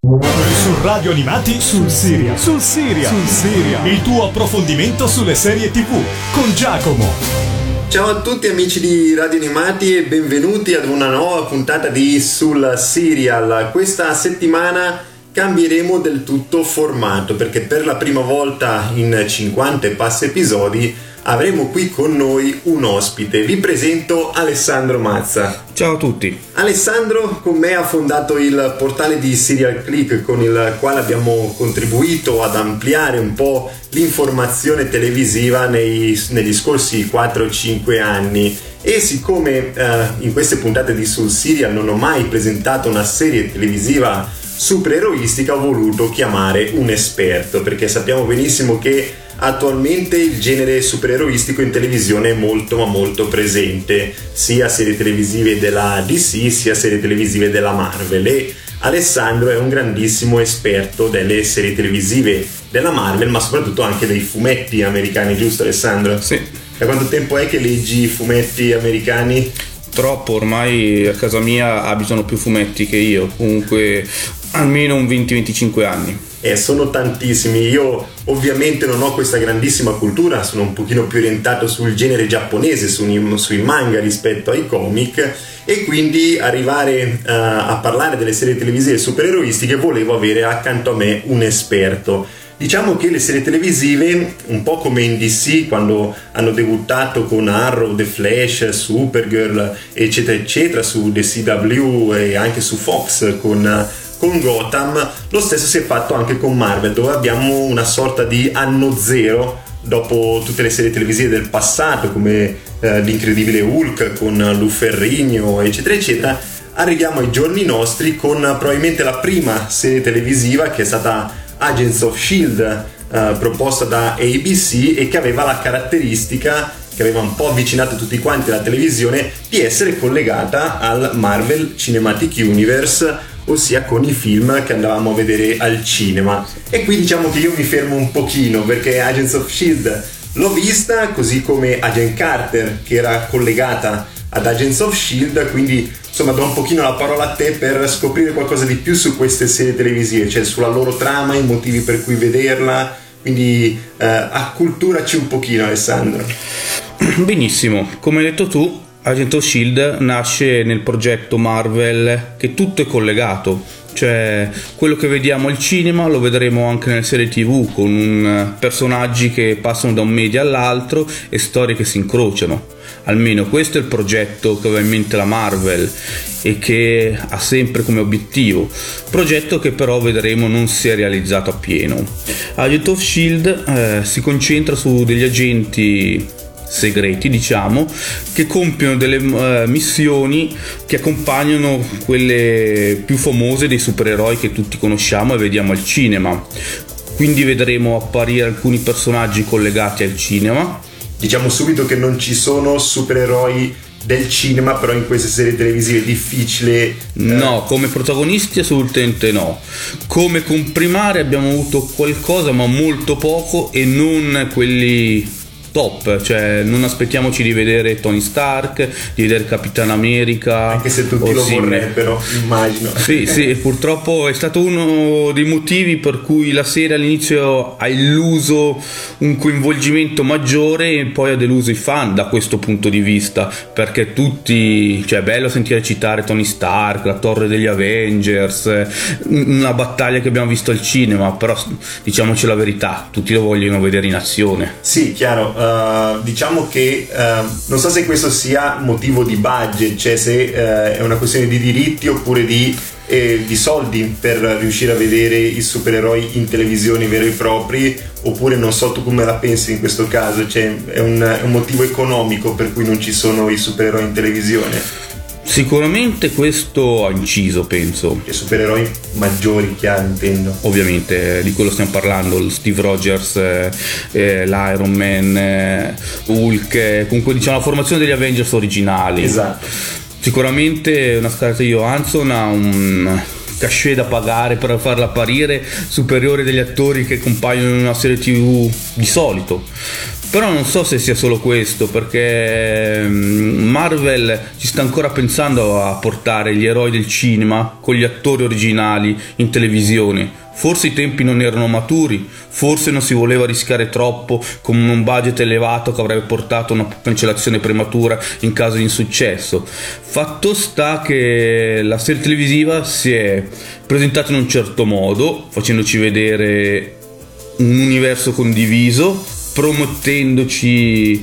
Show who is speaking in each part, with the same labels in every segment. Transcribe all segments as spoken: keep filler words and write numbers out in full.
Speaker 1: Su Radio Animati sul Siria. Sul Siria. Sul Siria. Il tuo approfondimento sulle serie tivù con Giacomo.
Speaker 2: Ciao a tutti amici di Radio Animati e benvenuti ad una nuova puntata di Sul Serial. Questa settimana cambieremo del tutto formato perché per la prima volta in cinquanta e passa episodi avremo qui con noi un ospite. Vi presento Alessandro Mazza.
Speaker 3: Ciao a tutti.
Speaker 2: Alessandro con me ha fondato il portale di Serial Click, con il quale abbiamo contribuito ad ampliare un po' l'informazione televisiva nei, negli scorsi quattro cinque anni. E siccome eh, in queste puntate di Sul Serial non ho mai presentato una serie televisiva supereroistica, ho voluto chiamare un esperto, perché sappiamo benissimo che attualmente il genere supereroistico in televisione è molto ma molto presente, sia serie televisive della D C sia serie televisive della Marvel, e Alessandro è un grandissimo esperto delle serie televisive della Marvel, ma soprattutto anche dei fumetti americani, giusto Alessandro?
Speaker 3: Sì.
Speaker 2: Da quanto tempo è che leggi i fumetti americani?
Speaker 3: Troppo, ormai a casa mia abitano più fumetti che io, comunque almeno un venti venticinque anni.
Speaker 2: Eh, sono tantissimi. Io ovviamente non ho questa grandissima cultura, sono un pochino più orientato sul genere giapponese, su, sui manga rispetto ai comic, e quindi arrivare uh, a parlare delle serie televisive supereroistiche volevo avere accanto a me un esperto. Diciamo che le serie televisive, un po' come in D C quando hanno debuttato con Arrow, The Flash, Supergirl eccetera eccetera, su The C W e anche su Fox con con Gotham, lo stesso si è fatto anche con Marvel, dove abbiamo una sorta di anno zero dopo tutte le serie televisive del passato, come eh, l'Incredibile Hulk con Lou Ferrigno eccetera eccetera. Arriviamo ai giorni nostri con probabilmente la prima serie televisiva, che è stata Agents of Shield, eh, proposta da A B C, e che aveva la caratteristica, che aveva un po' avvicinato tutti quanti alla televisione, di essere collegata al Marvel Cinematic Universe, ossia con i film che andavamo a vedere al cinema. E qui diciamo che io mi fermo un pochino, perché Agents of Shield l'ho vista, così come Agent Carter, che era collegata ad Agents of Shield, quindi insomma do un pochino la parola a te per scoprire qualcosa di più su queste serie televisive, cioè sulla loro trama, i motivi per cui vederla, quindi eh, acculturaci un pochino Alessandro.
Speaker 3: Benissimo, come hai detto tu, Agent of Shield nasce nel progetto Marvel, che tutto è collegato, cioè quello che vediamo al cinema lo vedremo anche nelle serie tivù, con un, personaggi che passano da un media all'altro e storie che si incrociano. Almeno questo è il progetto che aveva in mente la Marvel e che ha sempre come obiettivo, progetto che però vedremo non si è realizzato appieno. Agent of Shield eh, si concentra su degli agenti segreti, diciamo, che compiono delle uh, missioni che accompagnano quelle più famose dei supereroi che tutti conosciamo e vediamo al cinema. Quindi vedremo apparire alcuni personaggi collegati al cinema.
Speaker 2: Diciamo subito che non ci sono supereroi del cinema, però in queste serie televisive è difficile. Eh...
Speaker 3: No, come protagonisti assolutamente no. Come comprimari abbiamo avuto qualcosa, ma molto poco, e non quelli top, cioè non aspettiamoci di vedere Tony Stark, di vedere Capitan America,
Speaker 2: anche se tutti lo vorrebbero, immagino.
Speaker 3: Sì, sì, purtroppo è stato uno dei motivi per cui la serie all'inizio ha illuso un coinvolgimento maggiore e poi ha deluso i fan da questo punto di vista, perché tutti, cioè è bello sentire citare Tony Stark, la torre degli Avengers, una battaglia che abbiamo visto al cinema, però diciamoci la verità, tutti lo vogliono vedere in azione.
Speaker 2: Sì, chiaro. Uh, diciamo che uh, non so se questo sia motivo di budget, cioè se uh, è una questione di diritti oppure di, eh, di soldi per riuscire a vedere i supereroi in televisione veri e propri, oppure non so tu come la pensi in questo caso, cioè è un, è un motivo economico per cui non ci sono i supereroi in televisione?
Speaker 3: Sicuramente questo ha inciso, penso.
Speaker 2: Che supereroi maggiori, chiaro, intendo.
Speaker 3: Ovviamente di quello stiamo parlando, Steve Rogers, eh, eh, l'Iron Man, eh, Hulk, eh, comunque diciamo la formazione degli Avengers originali.
Speaker 2: Esatto.
Speaker 3: Sicuramente una Scarlett Johansson ha un cachet da pagare per farla apparire superiore degli attori che compaiono in una serie tivù di solito. Però non so se sia solo questo, perché Marvel ci sta ancora pensando a portare gli eroi del cinema con gli attori originali in televisione. Forse i tempi non erano maturi, forse non si voleva rischiare troppo con un budget elevato che avrebbe portato a una cancellazione prematura in caso di insuccesso. Fatto sta che la serie televisiva si è presentata in un certo modo, facendoci vedere un universo condiviso, promettendoci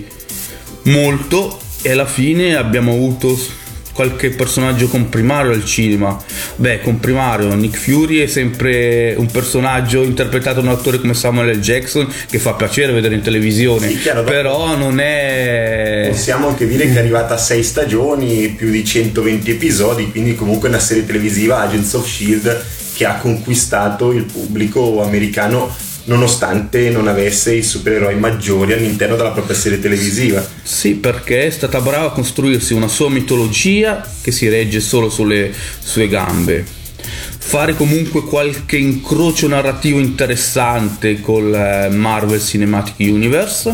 Speaker 3: molto, e alla fine abbiamo avuto qualche personaggio comprimario al cinema. Beh, comprimario, Nick Fury è sempre un personaggio interpretato da un attore come Samuel L. Jackson che fa piacere vedere in televisione, sì, chiaro, però non è...
Speaker 2: Possiamo anche dire che è arrivata a sei stagioni, più di centoventi episodi, quindi comunque una serie televisiva, Agents of Shield, che ha conquistato il pubblico americano nonostante non avesse i supereroi maggiori all'interno della propria serie televisiva.
Speaker 3: Sì, perché è stata brava a costruirsi una sua mitologia che si regge solo sulle sue gambe, fare comunque qualche incrocio narrativo interessante col Marvel Cinematic Universe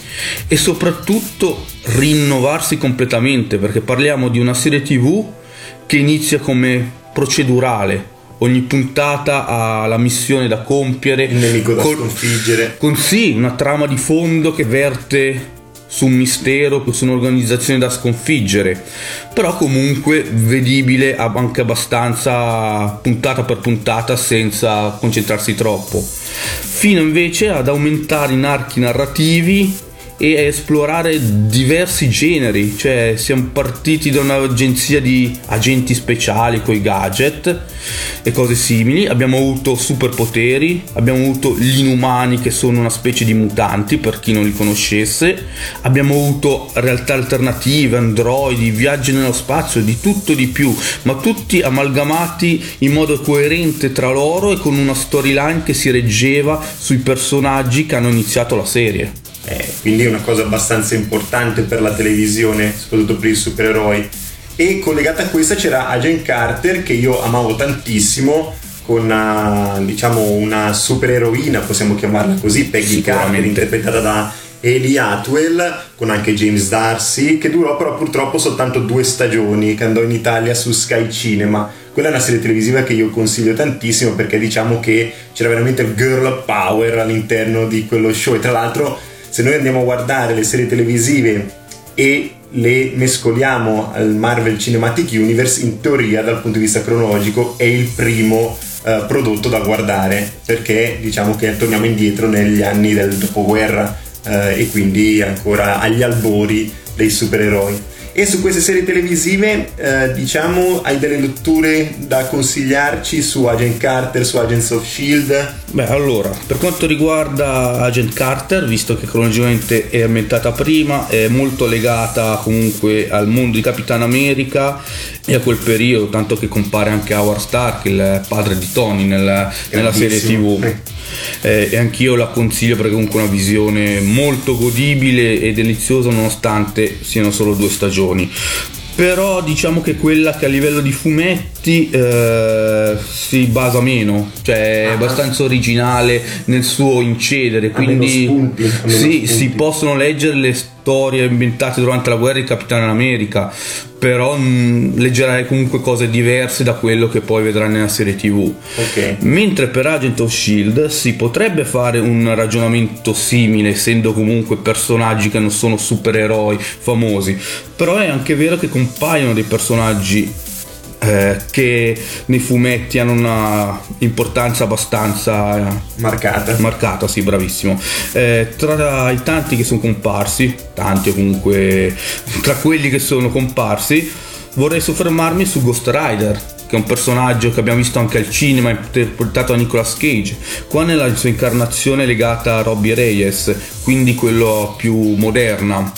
Speaker 3: e soprattutto rinnovarsi completamente, perché parliamo di una serie tv che inizia come procedurale. Ogni puntata ha la missione da compiere,
Speaker 2: il nemico da con, sconfiggere,
Speaker 3: con sì, una trama di fondo che verte su un mistero, su un'organizzazione da sconfiggere, però comunque vedibile anche abbastanza puntata per puntata senza concentrarsi troppo, fino invece ad aumentare in archi narrativi e a esplorare diversi generi. Cioè siamo partiti da un'agenzia di agenti speciali coi gadget e cose simili, abbiamo avuto superpoteri, abbiamo avuto gli inumani che sono una specie di mutanti per chi non li conoscesse, abbiamo avuto realtà alternative, androidi, viaggi nello spazio, di tutto e di più, ma tutti amalgamati in modo coerente tra loro e con una storyline che si reggeva sui personaggi che hanno iniziato la serie.
Speaker 2: Eh, quindi è una cosa abbastanza importante per la televisione, soprattutto per i supereroi. E collegata a questa c'era Agent Carter, che io amavo tantissimo, con una, diciamo, una supereroina, possiamo chiamarla così, Peggy Carter, interpretata da Hayley Atwell, con anche James D'Arcy, che durò però purtroppo soltanto due stagioni, che andò in Italia su Sky Cinema. Quella è una serie televisiva che io consiglio tantissimo, perché diciamo che c'era veramente il girl power all'interno di quello show. E tra l'altro, se noi andiamo a guardare le serie televisive e le mescoliamo al Marvel Cinematic Universe, in teoria dal punto di vista cronologico è il primo uh, prodotto da guardare, perché diciamo che torniamo indietro negli anni del dopoguerra uh, e quindi ancora agli albori dei supereroi. E su queste serie televisive eh, diciamo hai delle letture da consigliarci su Agent Carter, su Agents of Shield?
Speaker 3: Beh, allora, per quanto riguarda Agent Carter, visto che cronologicamente è ambientata prima, è molto legata comunque al mondo di Capitan America e a quel periodo, tanto che compare anche Howard Stark, il padre di Tony, nella, nella serie tv. Eh, e anch'io la consiglio perché comunque è una visione molto godibile e deliziosa, nonostante siano solo due stagioni. Però diciamo che quella che a livello di fumetti eh, si basa meno, cioè ah, è abbastanza originale nel suo incedere, quindi
Speaker 2: spunti,
Speaker 3: sì,
Speaker 2: spunti.
Speaker 3: Si possono leggere le storie ambientate durante la guerra di Capitano America, però mh, leggerai comunque cose diverse da quello che poi vedrai nella serie tv.
Speaker 2: Okay.
Speaker 3: Mentre per Agent of Shield si potrebbe fare un ragionamento simile, essendo comunque personaggi che non sono supereroi famosi, però è anche vero che compaiono dei personaggi eh, che nei fumetti hanno una importanza abbastanza
Speaker 2: marcata.
Speaker 3: Marcata, sì, bravissimo. Eh, tra i tanti che sono comparsi, tanti o comunque tra quelli che sono comparsi, vorrei soffermarmi su Ghost Rider, che è un personaggio che abbiamo visto anche al cinema, interpretato da Nicolas Cage, qua nella sua incarnazione legata a Robbie Reyes, quindi quello più moderna.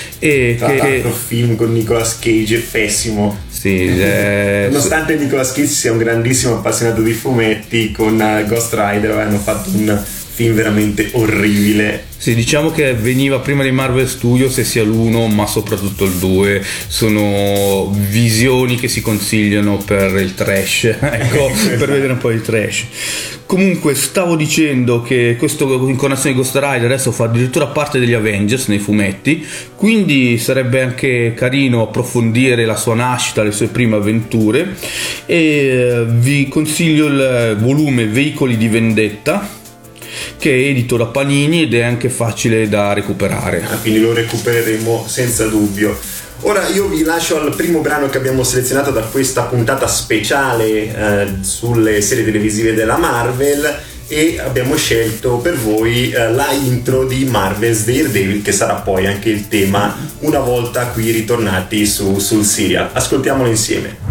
Speaker 3: E
Speaker 2: tra
Speaker 3: che
Speaker 2: l'altro film con Nicolas Cage è pessimo.
Speaker 3: Sì, eh,
Speaker 2: nonostante Nicolas Cage sia un grandissimo appassionato di fumetti, con Ghost Rider hanno fatto un film veramente orribile.
Speaker 3: Sì, diciamo che veniva prima di Marvel Studios, e sia l'uno ma soprattutto il due sono visioni che si consigliano per il trash, ecco, per vedere un po' di trash. Comunque stavo dicendo che questa incarnazione di Ghost Rider adesso fa addirittura parte degli Avengers nei fumetti, quindi sarebbe anche carino approfondire la sua nascita, le sue prime avventure, e vi consiglio il volume Veicoli di Vendetta, che è edito da Panini ed è anche facile da recuperare.
Speaker 2: Ah, quindi lo recupereremo senza dubbio. Ora io vi lascio al primo brano che abbiamo selezionato da questa puntata speciale eh, sulle serie televisive della Marvel, e abbiamo scelto per voi eh, la intro di Marvel's Daredevil, che sarà poi anche il tema una volta qui ritornati su, sul serial. Ascoltiamolo insieme.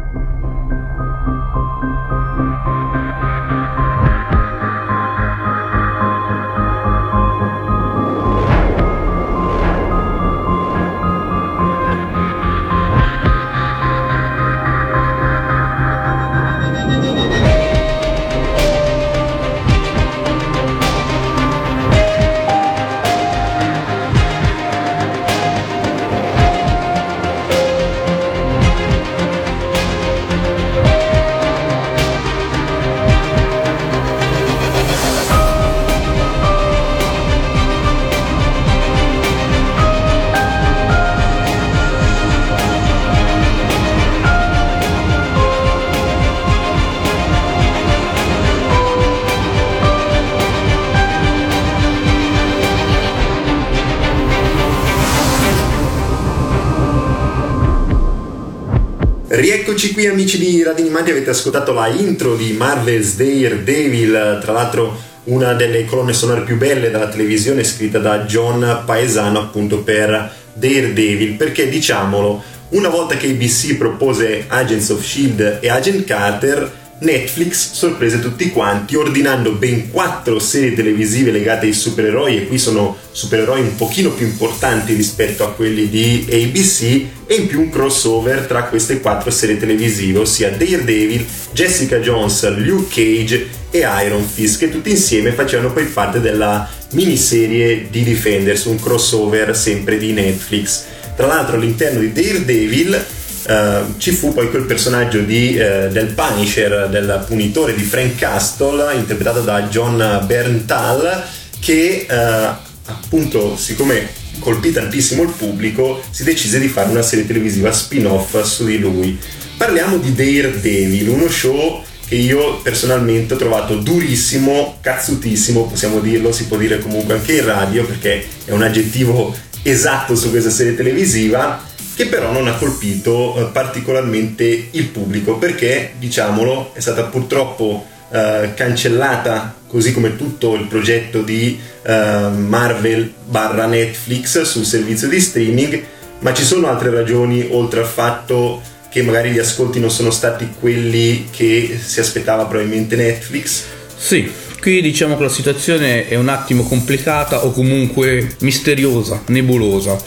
Speaker 2: Rieccoci qui amici di Radio Animati, avete ascoltato la intro di Marvel's Daredevil, tra l'altro una delle colonne sonore più belle della televisione, scritta da John Paesano appunto per Daredevil, perché diciamolo, una volta che A B C propose Agents of Shield e Agent Carter, Netflix sorprese tutti quanti ordinando ben quattro serie televisive legate ai supereroi, e qui sono supereroi un pochino più importanti rispetto a quelli di A B C, e in più un crossover tra queste quattro serie televisive, ossia Daredevil, Jessica Jones, Luke Cage e Iron Fist, che tutti insieme facevano poi parte della miniserie di Defenders, un crossover sempre di Netflix. Tra l'altro all'interno di Daredevil Uh, ci fu poi quel personaggio di, uh, del Punisher, del punitore di Frank Castle, interpretato da John Bernthal, che uh, appunto, siccome colpì tantissimo il pubblico, si decise di fare una serie televisiva spin-off su di lui. Parliamo di Daredevil, uno show che io personalmente ho trovato durissimo, cazzutissimo, possiamo dirlo, si può dire comunque anche in radio, perché è un aggettivo esatto su questa serie televisiva, che però non ha colpito eh, particolarmente il pubblico, perché, diciamolo, è stata purtroppo eh, cancellata, così come tutto il progetto di eh, Marvel barra Netflix sul servizio di streaming. Ma ci sono altre ragioni, oltre al fatto che magari gli ascolti non sono stati quelli che si aspettava probabilmente Netflix?
Speaker 3: Sì, qui diciamo che la situazione è un attimo complicata, o comunque misteriosa, nebulosa,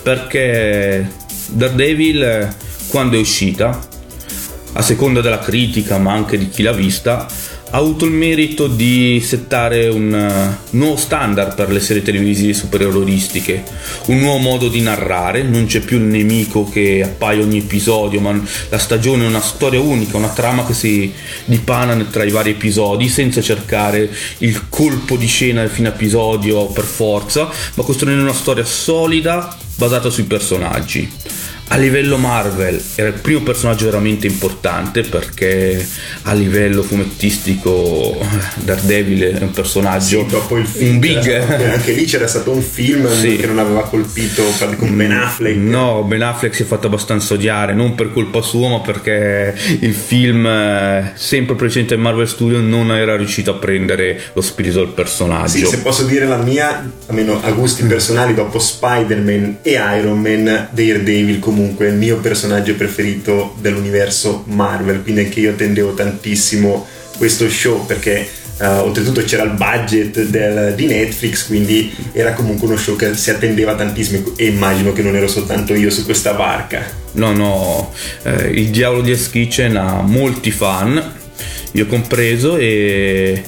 Speaker 3: perché Daredevil, quando è uscita, a seconda della critica ma anche di chi l'ha vista, ha avuto il merito di settare un uh, nuovo standard per le serie televisive supereroristiche, un nuovo modo di narrare. Non c'è più il nemico che appaia ogni episodio, ma la stagione è una storia unica, una trama che si dipana tra i vari episodi, senza cercare il colpo di scena del fine episodio per forza, ma costruendo una storia solida basata sui personaggi. A livello Marvel era il primo personaggio veramente importante, perché a livello fumettistico Daredevil è un personaggio,
Speaker 2: sì, dopo il film,
Speaker 3: un big,
Speaker 2: stato, anche lì c'era stato un film sì. che non aveva colpito con Ben Affleck.
Speaker 3: No, Ben Affleck si è fatto abbastanza odiare, non per colpa sua, ma perché il film, sempre presente in Marvel Studios, non era riuscito a prendere lo spirito del personaggio.
Speaker 2: Sì, se posso dire la mia, almeno a gusti personali, dopo Spider-Man e Iron Man, Daredevil comunque comunque il mio personaggio preferito dell'universo Marvel, quindi anche io attendevo tantissimo questo show, perché uh, oltretutto c'era il budget del, di Netflix, quindi era comunque uno show che si attendeva tantissimo, e immagino che non ero soltanto io su questa barca.
Speaker 3: No, no, eh, il Diavolo di Hell's Kitchen ha molti fan, io compreso, e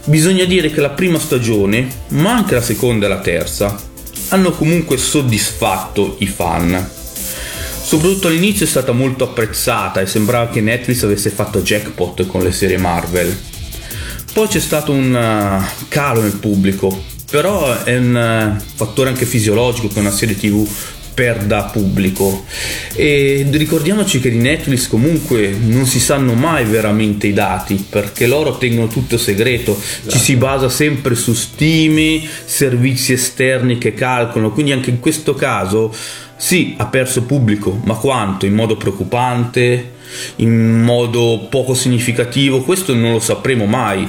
Speaker 3: Bisogna dire che la prima stagione, ma anche la seconda e la terza, hanno comunque soddisfatto i fan. Soprattutto all'inizio è stata molto apprezzata e sembrava che Netflix avesse fatto jackpot con le serie Marvel. Poi c'è stato un uh, calo nel pubblico, però è un uh, fattore anche fisiologico che una serie tv perda pubblico, e ricordiamoci che di Netflix comunque non si sanno mai veramente i dati, perché loro tengono tutto segreto. Esatto. Ci si basa sempre su stime, servizi esterni che calcolano, quindi anche in questo caso sì, ha perso pubblico, ma quanto? In modo preoccupante? In modo poco significativo? Questo non lo sapremo mai.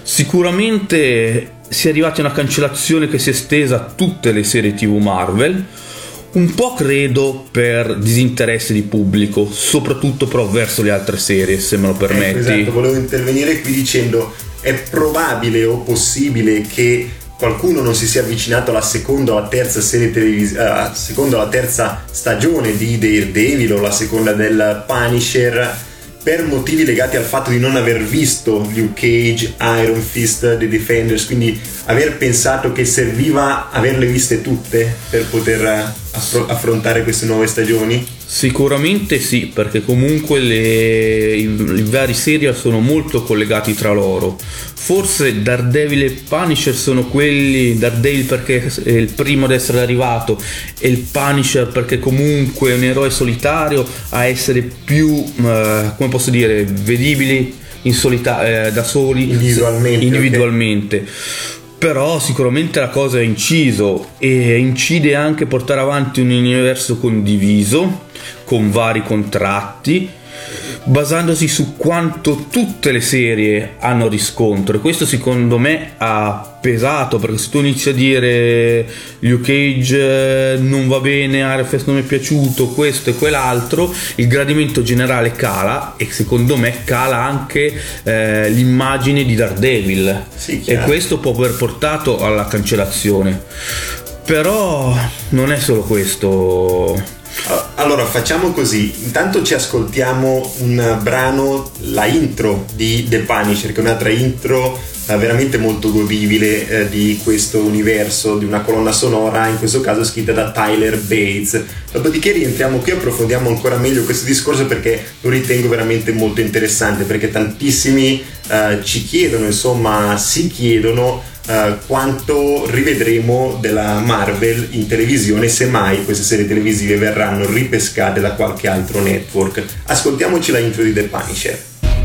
Speaker 3: Sicuramente si è arrivati a una cancellazione che si è estesa a tutte le serie tv Marvel, un po' credo per disinteresse di pubblico, soprattutto però verso le altre serie, se me lo permetti.
Speaker 2: Ecco, esatto, volevo intervenire qui dicendo: è probabile o possibile che qualcuno non si sia avvicinato alla seconda o alla terza serie televisiva, uh, seconda o alla terza stagione di Daredevil o la seconda del Punisher per motivi legati al fatto di non aver visto Luke Cage, Iron Fist, The Defenders, quindi aver pensato che serviva averle viste tutte per poter affro- affrontare queste nuove stagioni?
Speaker 3: Sicuramente sì, perché comunque le, i, i vari serial sono molto collegati tra loro. Forse Daredevil e Punisher sono quelli, Daredevil perché è il primo ad essere arrivato e il Punisher perché comunque è un eroe solitario, a essere più, eh, come posso dire, vedibili in solita- eh, da soli,
Speaker 2: individualmente,
Speaker 3: individualmente. Okay. Però sicuramente la cosa è inciso e incide anche portare avanti un universo condiviso con vari contratti, basandosi su quanto tutte le serie hanno riscontro, e questo secondo me ha pesato, perché se tu inizi a dire Luke Cage non va bene, Iron Fist non mi è piaciuto, questo e quell'altro, il gradimento generale cala, e secondo me cala anche eh, l'immagine di Daredevil,
Speaker 2: sì,
Speaker 3: e questo può aver portato alla cancellazione. Però non è solo questo.
Speaker 2: Allora facciamo così, intanto ci ascoltiamo un brano, la intro di The Punisher, che è un'altra intro eh, veramente molto godibile eh, di questo universo, di una colonna sonora, in questo caso scritta da Tyler Bates. Dopodiché rientriamo qui e approfondiamo ancora meglio questo discorso, perché lo ritengo veramente molto interessante, perché tantissimi eh, ci chiedono, insomma si chiedono Uh, quanto rivedremo della Marvel in televisione, se mai queste serie televisive verranno ripescate da qualche altro network. Ascoltiamoci la intro di The Punisher.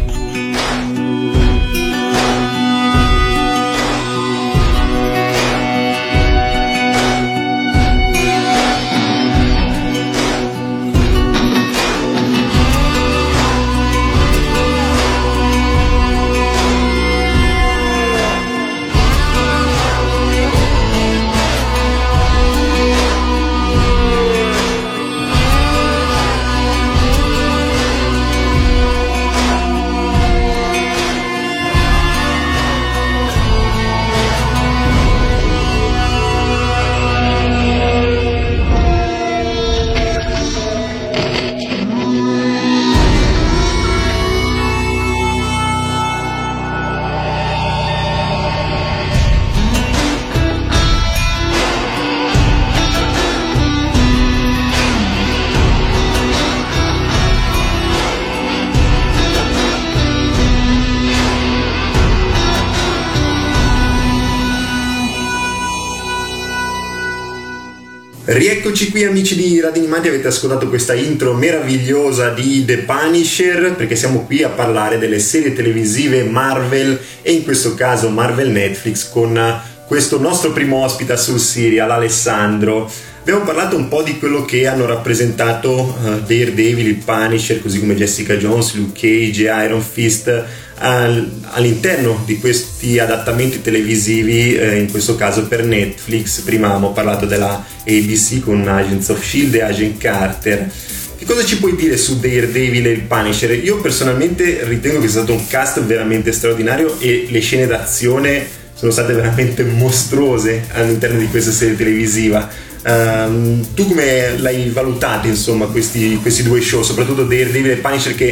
Speaker 2: Rieccoci qui amici di Radio Animati, avete ascoltato questa intro meravigliosa di The Punisher, perché siamo qui a parlare delle serie televisive Marvel, e in questo caso Marvel Netflix, con questo nostro primo ospite sul serial, Alessandro. Abbiamo parlato un po' di quello che hanno rappresentato uh, Daredevil, il Punisher, così come Jessica Jones, Luke Cage e Iron Fist al, all'interno di questi adattamenti televisivi, eh, in questo caso per Netflix. Prima abbiamo parlato della A B C con Agents of Shield e Agent Carter. Che cosa ci puoi dire su Daredevil e il Punisher? Io personalmente ritengo che sia stato un cast veramente straordinario e le scene d'azione sono state veramente mostruose all'interno di questa serie televisiva. Um, tu come l'hai valutato, insomma, questi, questi due show, soprattutto Daredevil e Punisher, che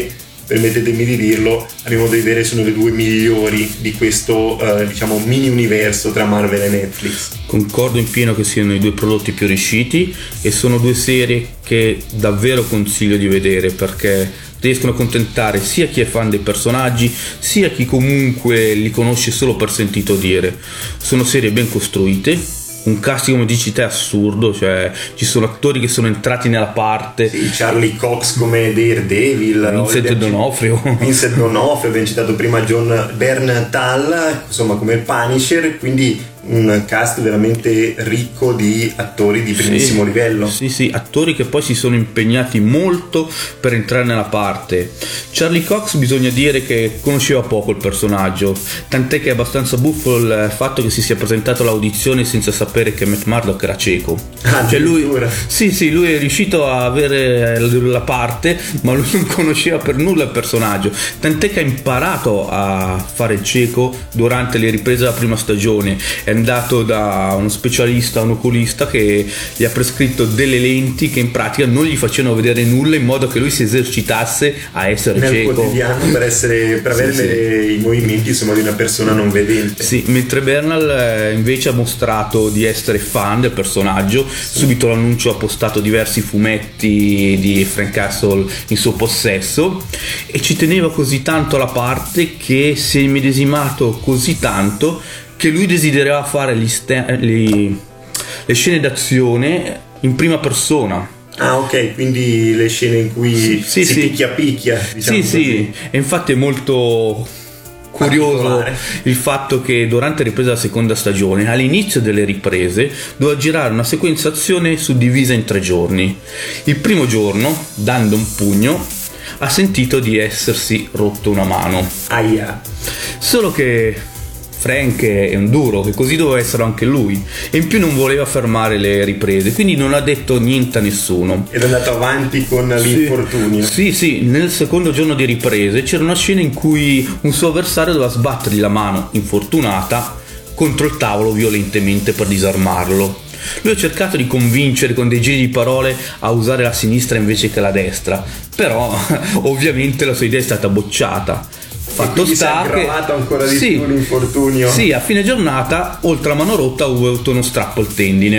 Speaker 2: permettetemi di dirlo, a mio modo di vedere sono le due migliori di questo eh, diciamo mini universo tra Marvel e Netflix.
Speaker 3: Concordo in pieno che siano i due prodotti più riusciti e sono due serie che davvero consiglio di vedere, perché riescono a accontentare sia chi è fan dei personaggi sia chi comunque li conosce solo per sentito dire. Sono serie ben costruite, un cast, come dici te, assurdo, cioè ci sono attori che sono entrati nella parte.
Speaker 2: Sì, Charlie Cox come Daredevil,
Speaker 3: Vincent D'Onofrio
Speaker 2: Vincent D'Onofrio, abbiamo citato prima John Bernthal, insomma come Punisher, quindi un cast veramente ricco di attori di primissimo
Speaker 3: sì,
Speaker 2: livello.
Speaker 3: Sì, sì, attori che poi si sono impegnati molto per entrare nella parte. Charlie Cox bisogna dire che conosceva poco il personaggio, tant'è che è abbastanza buffo il fatto che si sia presentato all'audizione senza sapere che Matt Murdock era cieco.
Speaker 2: Ah,
Speaker 3: cioè lui, sì, sì, lui è riuscito a avere la parte, ma lui non conosceva per nulla il personaggio, tant'è che ha imparato a fare il cieco durante le riprese della prima stagione. È andato da uno specialista, un oculista, che gli ha prescritto delle lenti che in pratica non gli facevano vedere nulla, in modo che lui si esercitasse a essere
Speaker 2: nel
Speaker 3: cieco
Speaker 2: quotidiano per essere per avere
Speaker 3: sì, sì.
Speaker 2: i movimenti insomma di una persona non vedente.
Speaker 3: Sì, mentre Bernal invece ha mostrato di essere fan del personaggio. Subito l'annuncio ha postato diversi fumetti di Frank Castle in suo possesso e ci teneva così tanto alla parte che si è immedesimato così tanto che lui desiderava fare gli st- gli, le scene d'azione in prima persona.
Speaker 2: Ah, ok, quindi le scene in cui
Speaker 3: sì,
Speaker 2: si
Speaker 3: sì.
Speaker 2: picchia picchia, diciamo
Speaker 3: sì,
Speaker 2: così.
Speaker 3: Sì, e infatti è molto curioso il fatto che durante la ripresa della seconda stagione, all'inizio delle riprese, doveva girare una sequenza azione suddivisa in tre giorni. Il primo giorno, dando un pugno, ha sentito di essersi rotto una mano.
Speaker 2: Aia.
Speaker 3: Solo che Frank è un duro, che così doveva essere anche lui, e in più non voleva fermare le riprese, quindi non ha detto niente a nessuno
Speaker 2: ed è andato avanti con l'infortunio.
Speaker 3: Sì, sì, nel secondo giorno di riprese c'era una scena in cui un suo avversario doveva sbattergli la mano infortunata contro il tavolo violentemente per disarmarlo. Lui ha cercato di convincere con dei giri di parole a usare la sinistra invece che la destra, però ovviamente la sua idea è stata bocciata. Fatto sta che
Speaker 2: si è aggravato ancora di
Speaker 3: sì,
Speaker 2: più l'infortunio.
Speaker 3: Sì, a fine giornata, oltre alla mano rotta, ha avuto uno strappo al tendine.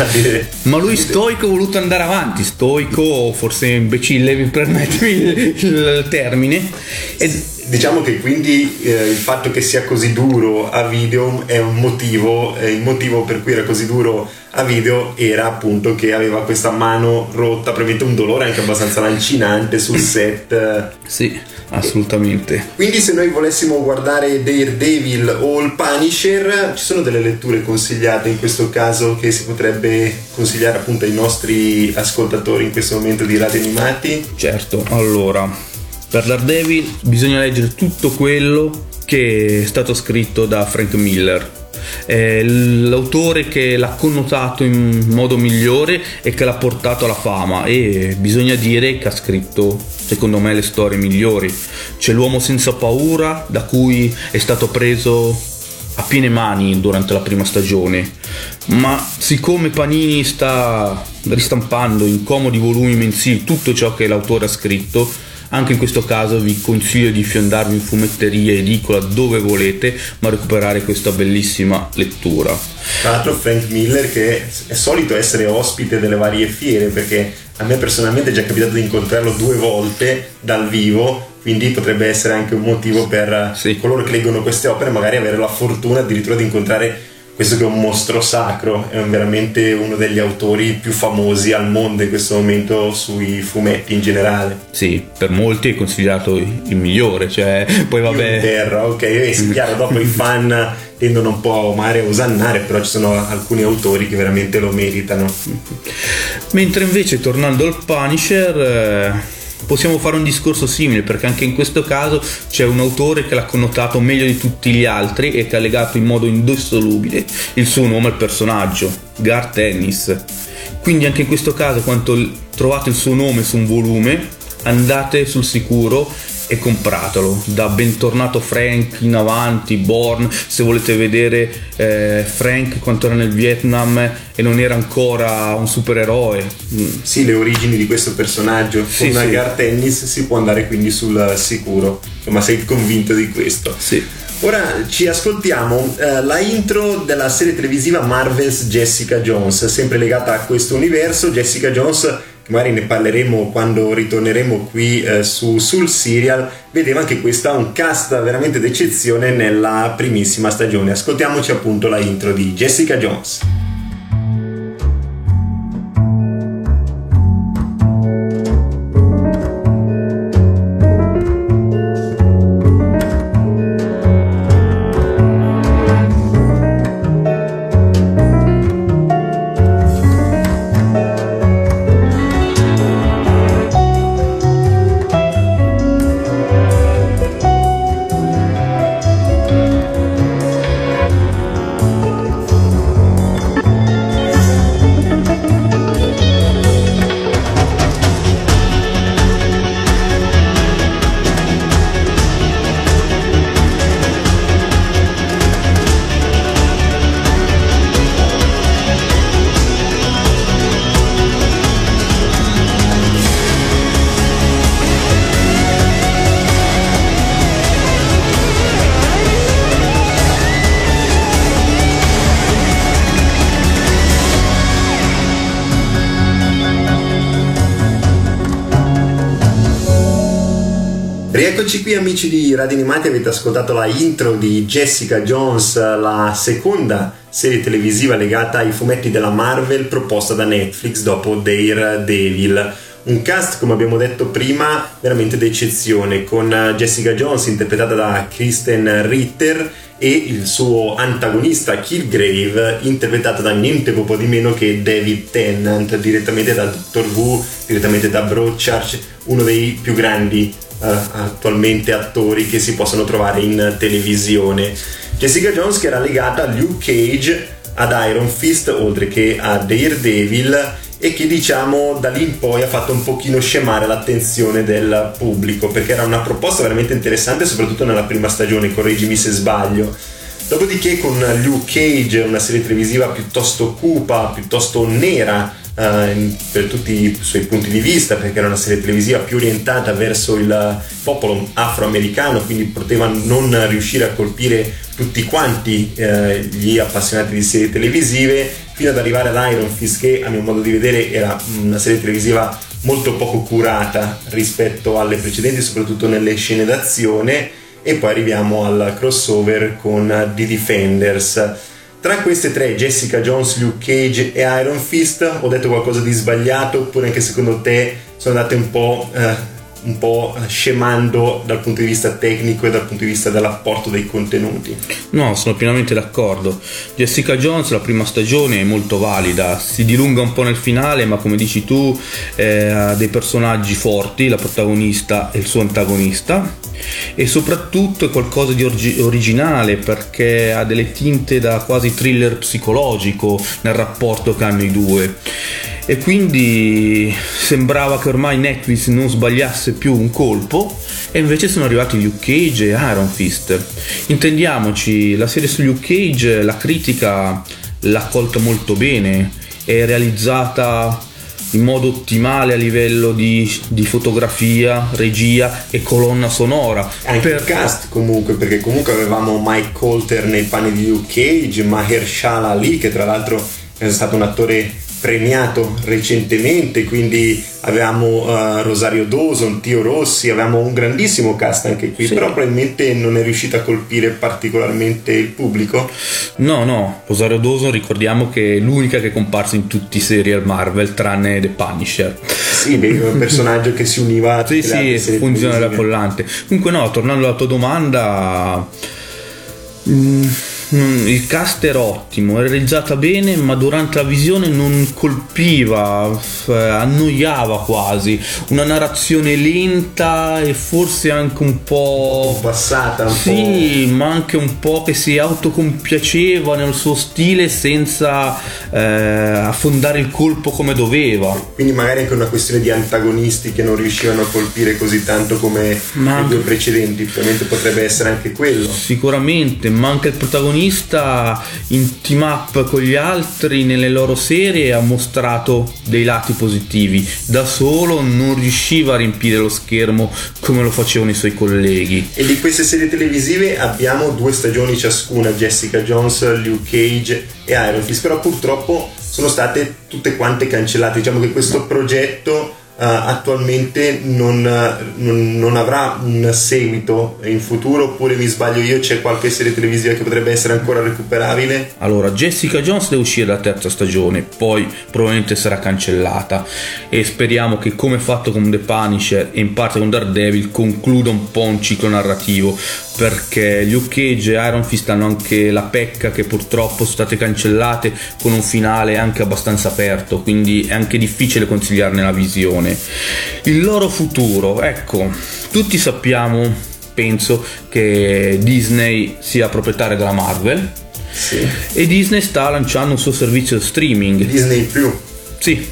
Speaker 3: Ma lui stoico ha voluto andare avanti, stoico, forse imbecille, mi permettimi il, il termine. E
Speaker 2: diciamo che quindi eh, il fatto che sia così duro a video è un motivo, eh, il motivo per cui era così duro a video era appunto che aveva questa mano rotta, probabilmente un dolore anche abbastanza lancinante sul set.
Speaker 3: Sì, assolutamente.
Speaker 2: Quindi se noi volessimo guardare Daredevil o il Punisher, ci sono delle letture consigliate in questo caso che si potrebbe consigliare appunto ai nostri ascoltatori in questo momento di Radio Animati?
Speaker 3: Certo, allora, per Daredevil bisogna leggere tutto quello che è stato scritto da Frank Miller. È l'autore che l'ha connotato in modo migliore e che l'ha portato alla fama, e bisogna dire che ha scritto secondo me le storie migliori. C'è L'uomo senza paura, da cui è stato preso a piene mani durante la prima stagione, ma siccome Panini sta ristampando in comodi volumi mensili tutto ciò che l'autore ha scritto, anche in questo caso vi consiglio di fiondarvi in fumetteria, edicola, dove volete, ma recuperare questa bellissima lettura.
Speaker 2: Tra l'altro Frank Miller, che è solito essere ospite delle varie fiere, perché a me personalmente è già capitato di incontrarlo due volte dal vivo, quindi potrebbe essere anche un motivo per sì. coloro che leggono queste opere magari avere la fortuna addirittura di incontrare questo che è un mostro sacro. È veramente uno degli autori più famosi al mondo in questo momento sui fumetti in generale.
Speaker 3: Sì, per molti è considerato il migliore, cioè poi vabbè.
Speaker 2: In terra, ok, è chiaro, dopo i fan tendono un po' magari a osannare, però ci sono alcuni autori che veramente lo meritano.
Speaker 3: Mentre invece tornando al Punisher, eh... possiamo fare un discorso simile, perché anche in questo caso c'è un autore che l'ha connotato meglio di tutti gli altri e che ha legato in modo indissolubile il suo nome al personaggio, Garth Ennis. Quindi anche in questo caso, quando trovate il suo nome su un volume, andate sul sicuro e compratelo. Da Bentornato Frank in avanti, Bourne, se volete vedere eh, Frank quando era nel Vietnam e non era ancora un supereroe.
Speaker 2: Mm. Sì, le origini di questo personaggio.
Speaker 3: Sì,
Speaker 2: con
Speaker 3: sì.
Speaker 2: Garth Ennis si può andare quindi sul sicuro, ma sei convinto di questo?
Speaker 3: Sì.
Speaker 2: Ora ci ascoltiamo eh, la intro della serie televisiva Marvel's Jessica Jones, sempre legata a questo universo. Jessica Jones, magari ne parleremo quando ritorneremo qui eh, su, sul serial, vedeva anche questa un cast veramente d'eccezione nella primissima stagione. Ascoltiamoci appunto la intro di Jessica Jones. Rieccoci qui amici di Radio Animati, avete ascoltato la intro di Jessica Jones, la seconda serie televisiva legata ai fumetti della Marvel proposta da Netflix dopo Daredevil. Un cast, come abbiamo detto prima, veramente d'eccezione, con Jessica Jones interpretata da Kristen Ritter e il suo antagonista Killgrave interpretato da niente poco di meno che David Tennant, direttamente da Doctor Who, direttamente da Broadchurch, uno dei più grandi uh, attualmente attori che si possono trovare in televisione. Jessica Jones, che era legata a Luke Cage, ad Iron Fist, oltre che a Daredevil, e che diciamo da lì in poi ha fatto un pochino scemare l'attenzione del pubblico, perché era una proposta veramente interessante, soprattutto nella prima stagione, correggimi se sbaglio. Dopodiché con Luke Cage, una serie televisiva piuttosto cupa, piuttosto nera eh, per tutti i suoi punti di vista, perché era una serie televisiva più orientata verso il popolo afroamericano, quindi poteva non riuscire a colpire tutti quanti eh, gli appassionati di serie televisive, fino ad arrivare ad Iron Fist, che a mio modo di vedere era una serie televisiva molto poco curata rispetto alle precedenti, soprattutto nelle scene d'azione, e poi arriviamo al crossover con The Defenders. Tra queste tre, Jessica Jones, Luke Cage e Iron Fist, ho detto qualcosa di sbagliato, oppure anche secondo te sono andate un po', eh, un po' scemando dal punto di vista tecnico e dal punto di vista dell'apporto dei contenuti?
Speaker 3: No, sono pienamente d'accordo. Jessica Jones, la prima stagione è molto valida, si dilunga un po' nel finale, ma come dici tu eh, ha dei personaggi forti, la protagonista e il suo antagonista, e soprattutto è qualcosa di orgi- originale, perché ha delle tinte da quasi thriller psicologico nel rapporto che hanno i due, e quindi sembrava che ormai Netflix non sbagliasse più un colpo, e invece sono arrivati Luke Cage e Iron Fist. Intendiamoci, la serie su Luke Cage la critica l'ha accolta molto bene, è realizzata in modo ottimale a livello di, di fotografia, regia e colonna sonora.
Speaker 2: Anche per... il cast comunque, perché comunque avevamo Mike Colter nei panni di Luke Cage, Mahershala Ali, che tra l'altro è stato un attore premiato recentemente, quindi avevamo uh, Rosario Dawson, Tio Rossi, avevamo un grandissimo cast anche qui, sì. Però probabilmente non è riuscita a colpire particolarmente il pubblico.
Speaker 3: No, no, Rosario Dawson ricordiamo che è l'unica che è comparsa in tutti i serial Marvel tranne The Punisher.
Speaker 2: Sì, beh, un personaggio che si univa a
Speaker 3: sì, sì, funziona da collante. Comunque no, tornando alla tua domanda, mh, il cast era ottimo, era realizzata bene, ma durante la visione non colpiva, annoiava quasi, una narrazione lenta e forse anche un po'
Speaker 2: passata, un
Speaker 3: sì,
Speaker 2: po'...
Speaker 3: ma anche un po' che si autocompiaceva nel suo stile senza eh, affondare il colpo come doveva.
Speaker 2: Quindi magari anche una questione di antagonisti che non riuscivano a colpire così tanto come ma... i due precedenti, ovviamente potrebbe essere anche quello.
Speaker 3: Sicuramente, ma anche il protagonista in team up con gli altri nelle loro serie ha mostrato dei lati positivi. Da solo non riusciva a riempire lo schermo come lo facevano i suoi colleghi.
Speaker 2: E di queste serie televisive abbiamo due stagioni ciascuna, Jessica Jones, Luke Cage e Iron Fist, però purtroppo sono state tutte quante cancellate. Diciamo che questo progetto Uh, attualmente non, non, non avrà un seguito in futuro, oppure mi sbaglio io, c'è qualche serie televisiva che potrebbe essere ancora recuperabile?
Speaker 3: Allora, Jessica Jones deve uscire la terza stagione, poi probabilmente sarà cancellata e speriamo che, come fatto con The Punisher e in parte con Daredevil, concluda un po' un ciclo narrativo, perché Luke Cage e Iron Fist hanno anche la pecca che purtroppo sono state cancellate con un finale anche abbastanza aperto, quindi è anche difficile consigliarne la visione. Il loro futuro, ecco, tutti sappiamo, penso, che Disney sia proprietaria della Marvel,
Speaker 2: sì.
Speaker 3: E Disney sta lanciando un suo servizio streaming,
Speaker 2: Disney più,
Speaker 3: sì,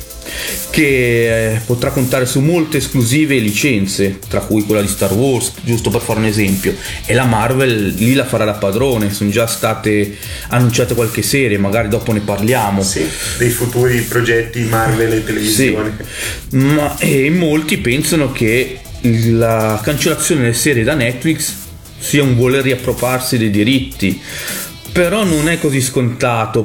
Speaker 3: che eh, potrà contare su molte esclusive licenze, tra cui quella di Star Wars, giusto per fare un esempio, e la Marvel lì la farà da padrone. Sono già state annunciate qualche serie, magari dopo ne parliamo,
Speaker 2: sì, dei futuri progetti Marvel e televisione,
Speaker 3: sì. Ma e molti pensano che la cancellazione delle serie da Netflix sia un voler riappropriarsi dei diritti. Però non è così scontato,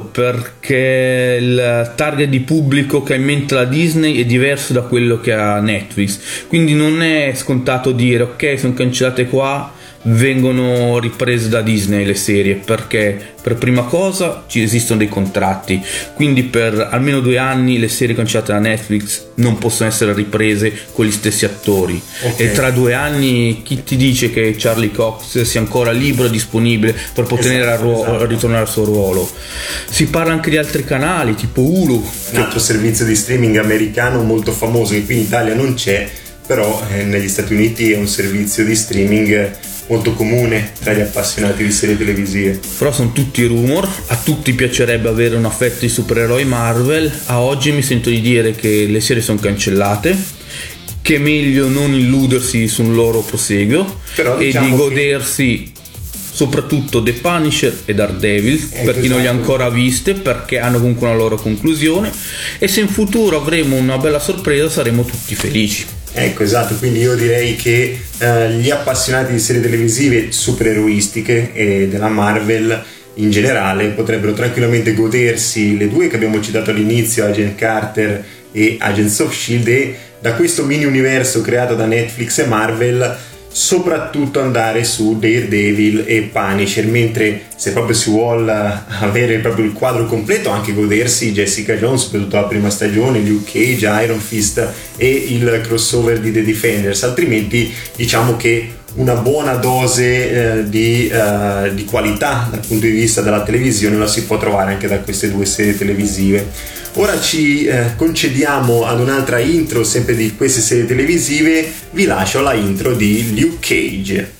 Speaker 3: perché il target di pubblico che ha in mente la Disney è diverso da quello che ha Netflix, quindi non è scontato dire ok, sono cancellate qua, vengono riprese da Disney le serie, perché per prima cosa ci esistono dei contratti, quindi per almeno due anni le serie cancellate da Netflix non possono essere riprese con gli stessi attori, okay. E tra due anni chi ti dice che Charlie Cox sia ancora libero e disponibile per poter esatto, ruolo, esatto. ritornare al suo ruolo? Si parla anche di altri canali tipo Hulu,
Speaker 2: un altro servizio di streaming americano molto famoso che qui in Italia non c'è, però eh, negli Stati Uniti è un servizio di streaming molto comune tra gli appassionati di serie televisive.
Speaker 3: Però sono tutti rumor, a tutti piacerebbe avere un affetto di supereroi Marvel. A oggi mi sento di dire che le serie sono cancellate, che è meglio non illudersi sul loro proseguio, però e diciamo di godersi che... soprattutto The Punisher e Daredevil, eh, per chi non li ha ancora viste, perché hanno comunque una loro conclusione, e se in futuro avremo una bella sorpresa saremo tutti felici.
Speaker 2: Ecco, esatto, quindi io direi che eh, gli appassionati di serie televisive supereroistiche e della Marvel in generale potrebbero tranquillamente godersi le due che abbiamo citato all'inizio, Agent Carter e Agents of Shield, e da questo mini universo creato da Netflix e Marvel soprattutto andare su Daredevil e Punisher, mentre se proprio si vuole avere proprio il quadro completo, anche godersi Jessica Jones, soprattutto la prima stagione, Luke Cage, Iron Fist e il crossover di The Defenders. Altrimenti diciamo che una buona dose eh, di, eh, di qualità dal punto di vista della televisione la si può trovare anche da queste due serie televisive. Ora ci eh, concediamo ad un'altra intro sempre di queste serie televisive. Vi lascio alla intro di Luke Cage.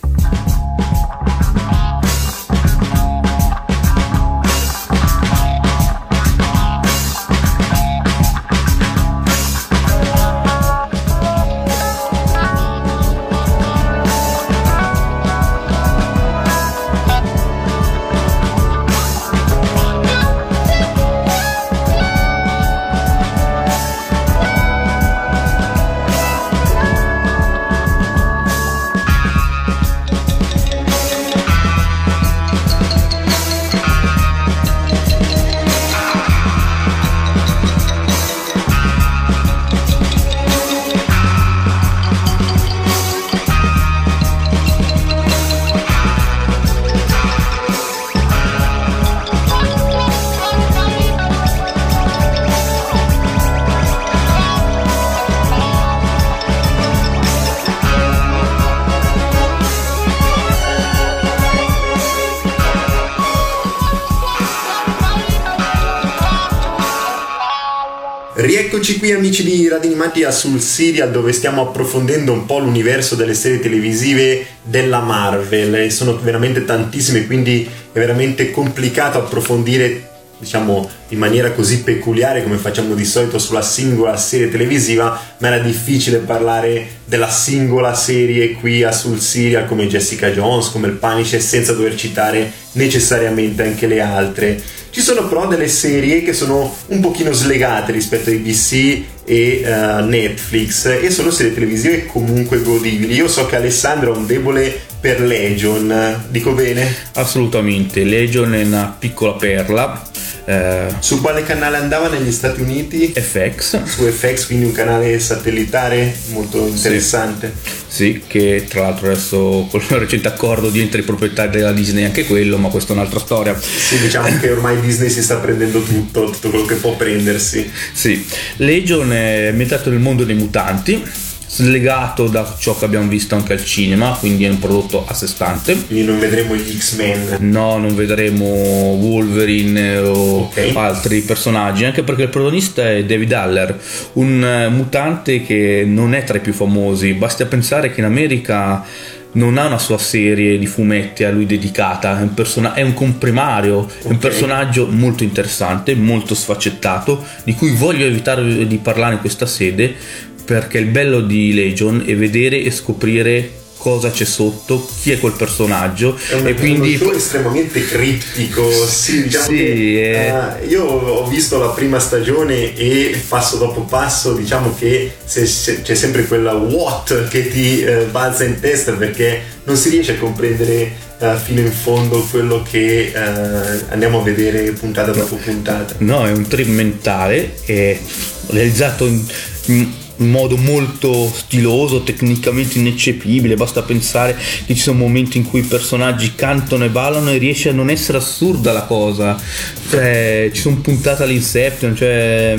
Speaker 2: Rieccoci qui amici di Radio Animati a Sul Serial, dove stiamo approfondendo un po' l'universo delle serie televisive della Marvel. Sono veramente tantissime, quindi è veramente complicato approfondire, diciamo, in maniera così peculiare come facciamo di solito sulla singola serie televisiva, ma era difficile parlare della singola serie qui a Sul Serial come Jessica Jones, come il Punisher, senza dover citare necessariamente anche le altre. Ci sono però delle serie che sono un pochino slegate rispetto ai D C e uh, Netflix, e sono serie televisive comunque godibili. Io so che Alessandro ha un debole per Legion, dico bene?
Speaker 3: Assolutamente, Legion è una piccola perla. Eh,
Speaker 2: Su quale canale andava negli Stati Uniti?
Speaker 3: F X.
Speaker 2: Su F X, quindi un canale satellitare molto interessante.
Speaker 3: Sì, sì, che tra l'altro adesso con il recente accordo diventa di proprietà della Disney anche quello, ma questa è un'altra storia.
Speaker 2: Sì, diciamo che ormai Disney si sta prendendo tutto, tutto quello che può prendersi.
Speaker 3: Sì, Legion è ambientato nel mondo dei mutanti, slegato da ciò che abbiamo visto anche al cinema, quindi è un prodotto a sé stante.
Speaker 2: Quindi non vedremo gli X-Men?
Speaker 3: No, non vedremo Wolverine o okay. altri personaggi, anche perché il protagonista è David Haller, un mutante che non è tra i più famosi. Basti pensare che in America non ha una sua serie di fumetti a lui dedicata, è un, person- è un comprimario, okay. È un personaggio molto interessante, molto sfaccettato, di cui voglio evitare di parlare in questa sede, perché il bello di Legion è vedere e scoprire cosa c'è sotto, chi è quel personaggio.
Speaker 2: È un,
Speaker 3: e quindi
Speaker 2: è estremamente criptico. Sì, diciamo
Speaker 3: sì,
Speaker 2: che,
Speaker 3: è...
Speaker 2: uh, io ho visto la prima stagione e passo dopo passo diciamo che se, se, c'è sempre quella what che ti uh, balza in testa, perché non si riesce a comprendere Uh, fino in fondo quello che uh, andiamo a vedere puntata dopo puntata.
Speaker 3: No, è un trip mentale, è realizzato in, in modo molto stiloso, tecnicamente ineccepibile. Basta pensare che ci sono momenti in cui i personaggi cantano e ballano e riesce a non essere assurda la cosa, cioè ci sono puntate all'Inception, cioè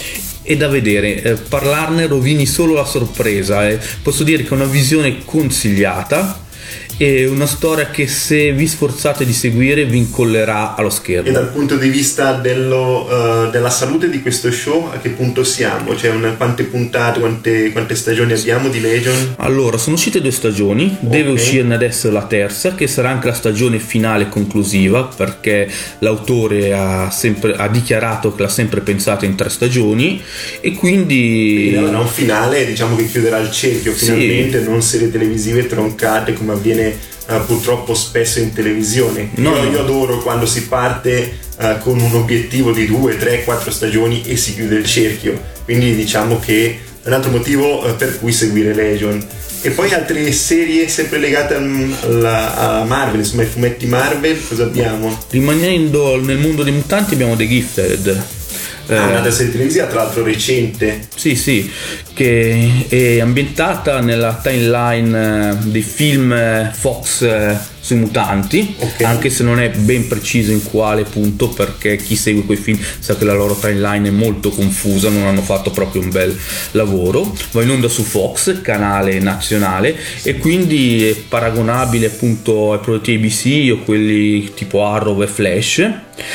Speaker 3: è da vedere. Eh, parlarne rovini solo la sorpresa. Eh. Posso dire che è una visione consigliata, è una storia che se vi sforzate di seguire vi incollerà allo schermo.
Speaker 2: E dal punto di vista dello, uh, della salute di questo show, a che punto siamo? Cioè una, quante puntate, quante, quante stagioni abbiamo di Legion?
Speaker 3: Allora, sono uscite due stagioni, okay. Deve uscirne adesso la terza, che sarà anche la stagione finale conclusiva, perché l'autore ha, sempre, ha dichiarato che l'ha sempre pensata in tre stagioni, e quindi...
Speaker 2: quindi allora, un finale, diciamo, che chiuderà il cerchio finalmente, sì. Non serie televisive troncate come avviene Uh, purtroppo spesso in televisione.
Speaker 3: No,
Speaker 2: io,
Speaker 3: no.
Speaker 2: io adoro quando si parte uh, con un obiettivo di due, tre, quattro stagioni e si chiude il cerchio, quindi diciamo che è un altro motivo uh, per cui seguire Legion. E poi altre serie sempre legate alla, alla Marvel, insomma ai fumetti Marvel, cosa abbiamo?
Speaker 3: Rimanendo nel mondo dei mutanti abbiamo The Gifted.
Speaker 2: Ah, una serie televisiva tra l'altro recente.
Speaker 3: Sì, sì, che è ambientata nella timeline dei film Fox sui mutanti, okay. Anche se non è ben preciso in quale punto, perché chi segue quei film sa che la loro timeline è molto confusa, non hanno fatto proprio un bel lavoro. Va in onda su Fox, canale nazionale, e quindi è paragonabile appunto ai prodotti A B C o quelli tipo Arrow e Flash,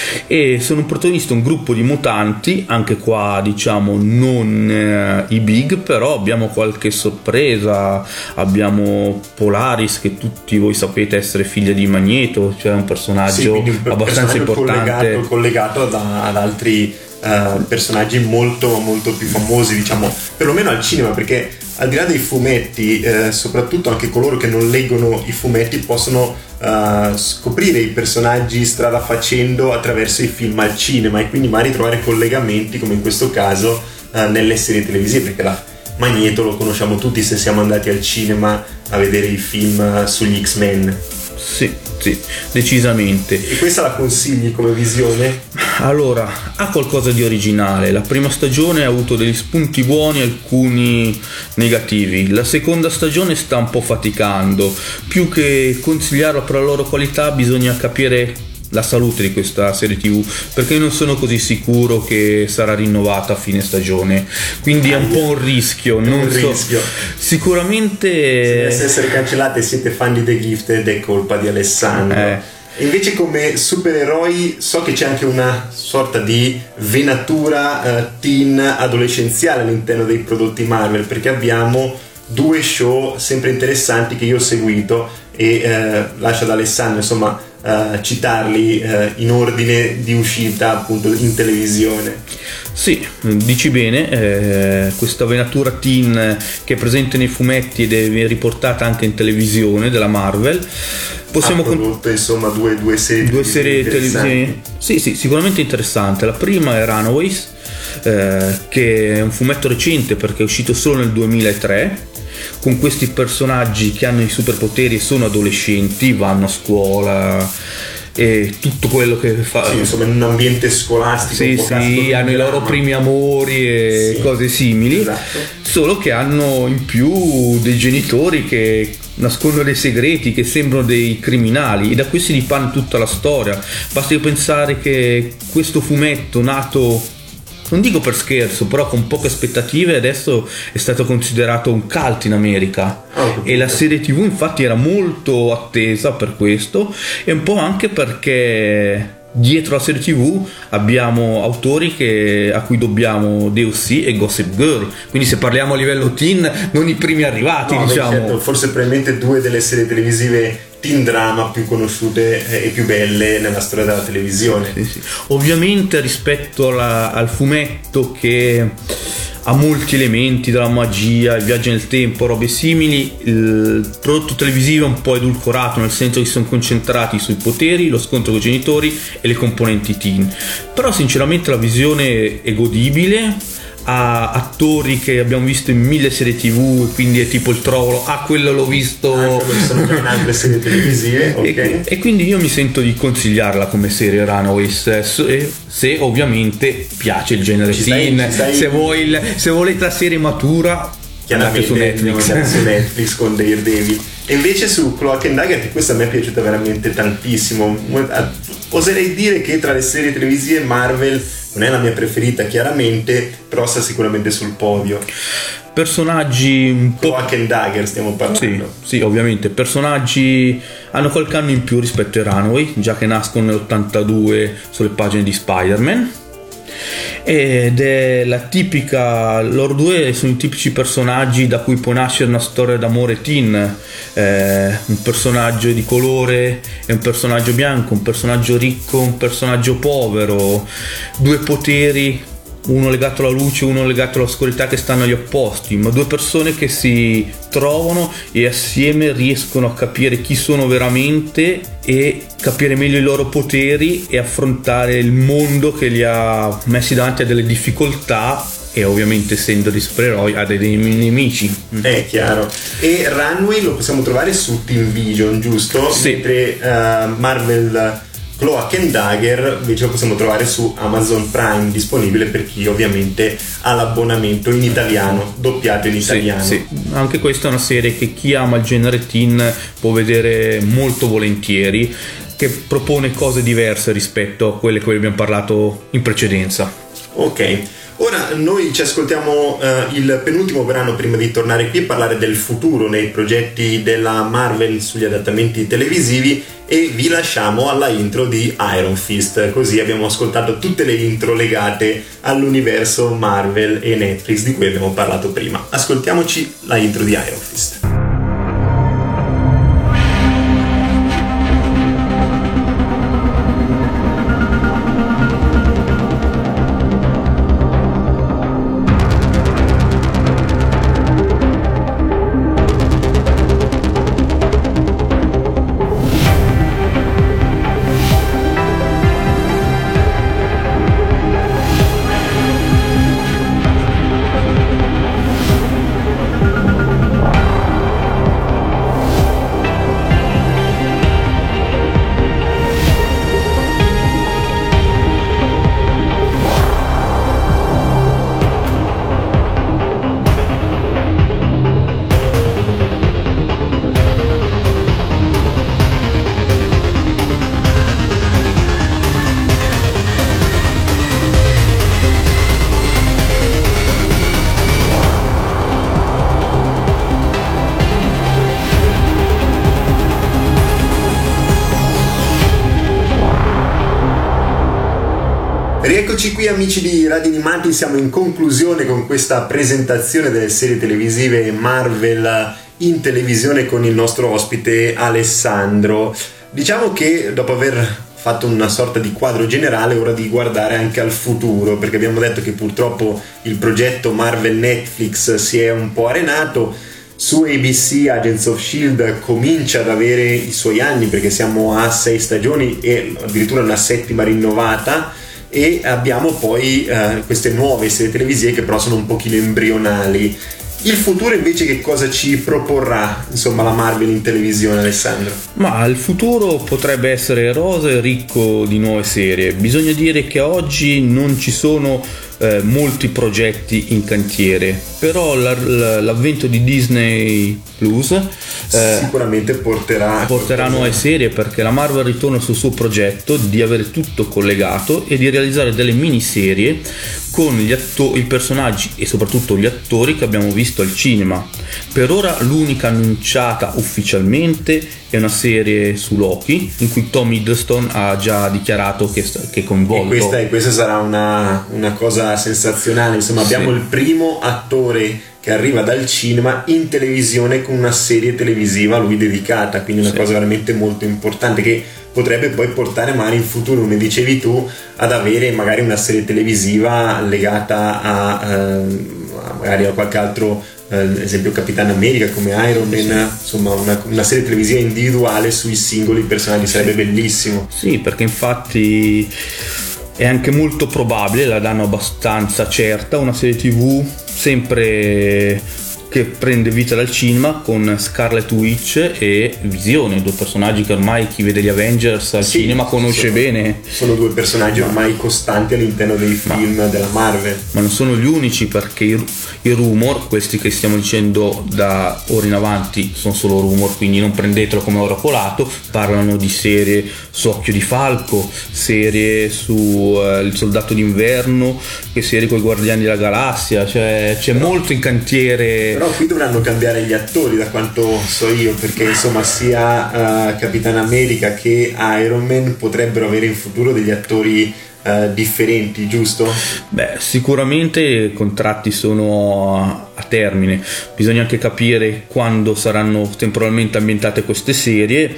Speaker 3: e sono un protagonista, un gruppo di mutanti, anche qua diciamo non eh, i big, però abbiamo qualche sorpresa. Abbiamo Polaris, che tutti voi sapete essere figlia di Magneto, cioè un personaggio sì, un abbastanza personaggio importante,
Speaker 2: collegato, collegato da, ad altri uh, personaggi molto molto più famosi, diciamo, perlomeno al cinema, perché al di là dei fumetti, eh, soprattutto anche coloro che non leggono i fumetti possono uh, scoprire i personaggi strada facendo attraverso i film al cinema, e quindi magari trovare collegamenti, come in questo caso, uh, nelle serie televisive, perché la Magneto lo conosciamo tutti se siamo andati al cinema a vedere i film sugli X-Men.
Speaker 3: Sì, sì, decisamente.
Speaker 2: E questa la consigli come visione?
Speaker 3: Allora, ha qualcosa di originale. La prima stagione ha avuto degli spunti buoni, alcuni negativi. La seconda stagione sta un po' faticando. Più che consigliarla per la loro qualità, bisogna capire la salute di questa serie tivù, perché io non sono così sicuro che sarà rinnovata a fine stagione, quindi è un po' un rischio. Non
Speaker 2: un
Speaker 3: so,
Speaker 2: rischio.
Speaker 3: Sicuramente
Speaker 2: se dovesse essere cancellate, siete fan di The Gifted, è colpa di Alessandro.
Speaker 3: eh.
Speaker 2: Invece come supereroi so che c'è anche una sorta di venatura uh, teen adolescenziale all'interno dei prodotti Marvel, perché abbiamo due show sempre interessanti che io ho seguito e uh, lascio ad Alessandro insomma uh, citarli uh, in ordine di uscita appunto in televisione.
Speaker 3: Sì, dici bene, eh, questa venatura teen che è presente nei fumetti ed è riportata anche in televisione della Marvel. Possiamo
Speaker 2: ha prodotto con... insomma due, due serie
Speaker 3: due serie televisive. Sì, sì, sicuramente interessante. La prima è Runaways, eh, che è un fumetto recente perché è uscito solo nel duemilatré, con questi personaggi che hanno i superpoteri e sono adolescenti, vanno a scuola e tutto quello che fa,
Speaker 2: sì, insomma in un ambiente scolastico,
Speaker 3: sì, sì, hanno i loro primi amori e sì, cose simili,
Speaker 2: esatto.
Speaker 3: Solo che hanno in più dei genitori che nascondono dei segreti, che sembrano dei criminali, e da qui si dipana tutta la storia. Basti pensare che questo fumetto, nato non dico per scherzo, però con poche aspettative, adesso è stato considerato un cult in America. Oh, e la serie tivù infatti era molto attesa per questo, e un po' anche perché dietro la serie tivù abbiamo autori che, a cui dobbiamo D O C e Gossip Girl, quindi se parliamo a livello teen non i primi arrivati, no, diciamo.
Speaker 2: Certo, forse probabilmente due delle serie televisive teen drama più conosciute e più belle nella storia della televisione.
Speaker 3: Sì, sì. Ovviamente rispetto alla, al fumetto che ha molti elementi della magia, il viaggio nel tempo, robe simili, il prodotto televisivo è un po' edulcorato, nel senso che si sono concentrati sui poteri, lo scontro con i genitori e le componenti teen. Però sinceramente la visione è godibile, ha attori che abbiamo visto in mille serie tivù, quindi è tipo il Trovo, ah quello l'ho visto,
Speaker 2: ah, sono in altre serie televisive, okay.
Speaker 3: e, e quindi io mi sento di consigliarla come serie Runaways, se, se ovviamente piace il genere
Speaker 2: ci
Speaker 3: teen,
Speaker 2: stai, ci stai...
Speaker 3: se, vuoi il, se volete la serie matura andate su Netflix.
Speaker 2: su Netflix con Daredevil. E invece su Cloak and Dagger, che questa a me è piaciuta veramente tantissimo, oserei dire che tra le serie televisive Marvel non è la mia preferita chiaramente, però sta sicuramente sul podio.
Speaker 3: Personaggi un po'...
Speaker 2: Cloak and Dagger stiamo parlando.
Speaker 3: Sì, sì, ovviamente personaggi hanno qualche anno in più rispetto ai Runaway, già che nascono nell'ottantadue sulle pagine di Spider-Man, ed è la tipica, loro due sono i tipici personaggi da cui può nascere una storia d'amore teen, eh, un personaggio di colore e un personaggio bianco, un personaggio ricco, un personaggio povero, due poteri, uno legato alla luce, uno legato all'oscurità, che stanno agli opposti, ma due persone che si trovano e assieme riescono a capire chi sono veramente e capire meglio i loro poteri e affrontare il mondo che li ha messi davanti a delle difficoltà, e ovviamente essendo dei supereroi ha dei nemici.
Speaker 2: È chiaro. E Runway lo possiamo trovare su Team Vision, giusto?
Speaker 3: Sì.
Speaker 2: Mentre uh, Marvel Cloak and Dagger invece lo possiamo trovare su Amazon Prime, disponibile per chi ovviamente ha l'abbonamento in italiano, doppiato in italiano.
Speaker 3: Sì, sì. Anche questa è una serie che chi ama il genere teen può vedere molto volentieri, che propone cose diverse rispetto a quelle che abbiamo parlato in precedenza.
Speaker 2: Ok. Ora noi ci ascoltiamo uh, il penultimo brano prima di tornare qui a parlare del futuro nei progetti della Marvel sugli adattamenti televisivi, e vi lasciamo alla intro di Iron Fist, così abbiamo ascoltato tutte le intro legate all'universo Marvel e Netflix di cui abbiamo parlato prima. Ascoltiamoci la intro di Iron Fist. Rieccoci qui amici di Radio Animati, siamo in conclusione con questa presentazione delle serie televisive Marvel in televisione con il nostro ospite Alessandro. Diciamo che dopo aver fatto una sorta di quadro generale, ora di guardare anche al futuro, perché abbiamo detto che purtroppo il progetto Marvel Netflix si è un po' arenato. Su A B C Agents of Shield comincia ad avere i suoi anni, perché siamo a sei stagioni e addirittura una settima rinnovata, e abbiamo poi eh, queste nuove serie televisive che però sono un pochino embrionali. Il futuro invece che cosa ci proporrà, insomma, la Marvel in televisione, Alessandro?
Speaker 3: Ma il futuro potrebbe essere rosa e ricco di nuove serie. Bisogna dire che oggi non ci sono eh, molti progetti in cantiere, però la- l'avvento di Disney Plus eh,
Speaker 2: Sicuramente porterà
Speaker 3: porterà nuove serie, perché la Marvel ritorna sul suo progetto di avere tutto collegato e di realizzare delle miniserie con gli atto- i personaggi e soprattutto gli attori che abbiamo visto al cinema. Per ora l'unica annunciata ufficialmente è una serie su Loki, in cui Tom Hiddleston ha già dichiarato che, sta- che è coinvolto.
Speaker 2: E questa, e questa sarà una, una cosa sensazionale, insomma,
Speaker 3: Sì.
Speaker 2: abbiamo il primo attore che arriva dal cinema in televisione con una serie televisiva a lui dedicata, quindi una
Speaker 3: Sì.
Speaker 2: cosa veramente molto importante che potrebbe poi portare magari in futuro, come dicevi tu, ad avere magari una serie televisiva legata a, ehm, a magari a qualche altro, eh, ad esempio Capitan America come Iron Man, insomma una, una serie televisiva individuale sui singoli personaggi, sarebbe bellissimo.
Speaker 3: Sì, perché infatti è anche molto probabile, la danno abbastanza certa, una serie tv sempre che prende vita dal cinema con Scarlet Witch e Visione, due personaggi che ormai chi vede gli Avengers al
Speaker 2: Sì,
Speaker 3: cinema conosce
Speaker 2: sono-
Speaker 3: bene.
Speaker 2: Sono due personaggi ormai costanti all'interno dei film della Marvel.
Speaker 3: Ma non sono gli unici, perché i, i rumor, questi che stiamo dicendo da ora in avanti, sono solo rumor, quindi non prendetelo come oro colato. Parlano di serie su Occhio di Falco, serie su eh, Il Soldato d'Inverno, che serie con i Guardiani della Galassia, cioè c'è molto in cantiere.
Speaker 2: Però qui dovranno cambiare gli attori, da quanto so io, perché insomma sia uh, Capitan America che Iron Man potrebbero avere in futuro degli attori uh, differenti, giusto?
Speaker 3: Beh, sicuramente i contratti sono a, a termine, bisogna anche capire quando saranno temporalmente ambientate queste serie.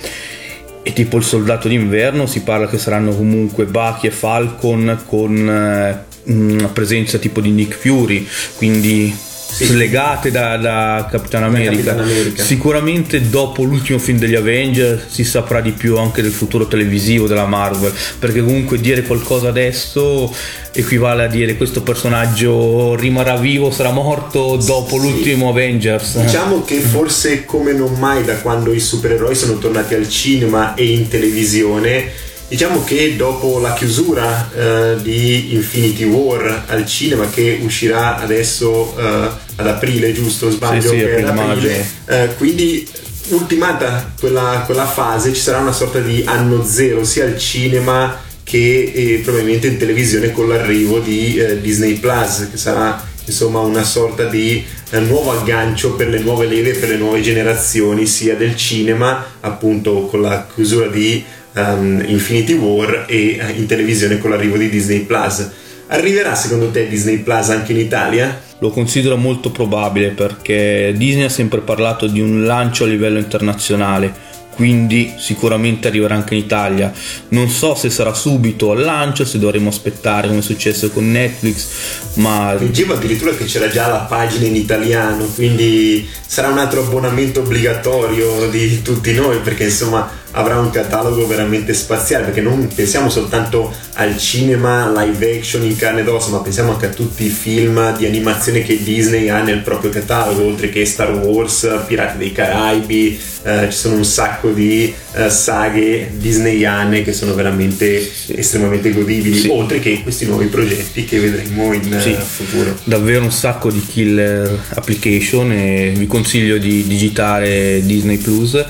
Speaker 3: E tipo Il Soldato d'Inverno si parla che saranno comunque Bucky e Falcon con eh, una presenza tipo di Nick Fury, quindi
Speaker 2: Sì.
Speaker 3: slegate da, da Capitan America.
Speaker 2: Capitan America.
Speaker 3: Sicuramente dopo l'ultimo film degli Avengers si saprà di più anche del futuro televisivo della Marvel, perché comunque dire qualcosa adesso equivale a dire questo personaggio rimarrà vivo, sarà morto dopo
Speaker 2: Sì.
Speaker 3: l'ultimo Avengers.
Speaker 2: Diciamo che forse come non mai da quando i supereroi sono tornati al cinema e in televisione, diciamo che dopo la chiusura eh, di Infinity War al cinema, che uscirà adesso eh, ad aprile, giusto? Sbaglio?
Speaker 3: Sì, sì,
Speaker 2: che è ad
Speaker 3: aprile,
Speaker 2: aprile. Eh, quindi ultimata quella, quella fase ci sarà una sorta di anno zero sia al cinema che eh, probabilmente in televisione, con l'arrivo di eh, Disney Plus, che sarà insomma una sorta di eh, nuovo aggancio per le nuove leve, per le nuove generazioni, sia del cinema, appunto con la chiusura di um, Infinity War, e eh, in televisione con l'arrivo di Disney Plus. Arriverà secondo te Disney Plus anche in Italia?
Speaker 3: Lo considero molto probabile, perché Disney ha sempre parlato di un lancio a livello internazionale, quindi sicuramente arriverà anche in Italia. Non so se sarà subito al lancio, se dovremo aspettare come è successo con Netflix, ma
Speaker 2: Leggevo addirittura che c'era già la pagina in italiano, quindi sarà un altro abbonamento obbligatorio di tutti noi, perché insomma avrà un catalogo veramente spaziale, perché non pensiamo soltanto al cinema live action in carne ed ossa, ma pensiamo anche a tutti i film di animazione che Disney ha nel proprio catalogo, oltre che Star Wars, Pirati dei Caraibi, eh, ci sono un sacco di eh, saghe disneyane che sono veramente
Speaker 3: Sì.
Speaker 2: estremamente godibili,
Speaker 3: Sì.
Speaker 2: oltre che questi nuovi progetti che vedremo in
Speaker 3: Sì.
Speaker 2: eh, futuro.
Speaker 3: davvero un sacco di killer application, e vi consiglio di digitare Disney Plus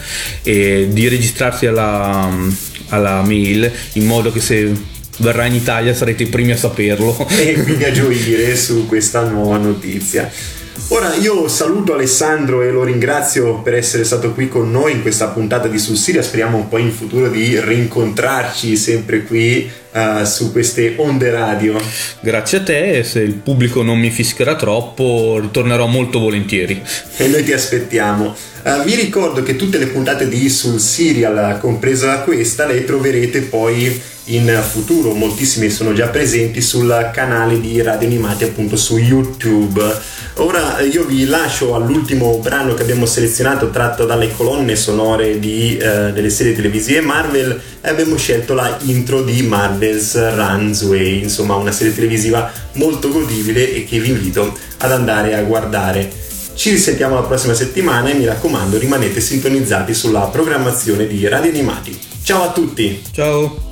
Speaker 3: e di registrarsi alla, alla mail, in modo che se verrà in Italia sarete i primi a saperlo.
Speaker 2: E quindi a gioire su questa nuova notizia. Ora io saluto Alessandro e lo ringrazio per essere stato qui con noi in questa puntata di Sul Siria. Speriamo poi in futuro di rincontrarci sempre qui uh, su queste onde radio.
Speaker 3: Grazie a te, e se il pubblico non mi fischierà troppo ritornerò molto volentieri.
Speaker 2: E noi ti aspettiamo. Uh, vi ricordo che tutte le puntate di Sul Serial, compresa questa, le troverete poi in futuro, moltissime sono già presenti sul canale di Radio Animati, appunto su YouTube. Ora io vi lascio all'ultimo brano che abbiamo selezionato, tratto dalle colonne sonore di, uh, delle serie televisive Marvel, e abbiamo scelto la intro di Marvel's Runs Away, insomma una serie televisiva molto godibile e che vi invito ad andare a guardare. Ci risentiamo la prossima settimana e mi raccomando, rimanete sintonizzati sulla programmazione di Radio Animati. Ciao a tutti!
Speaker 3: Ciao!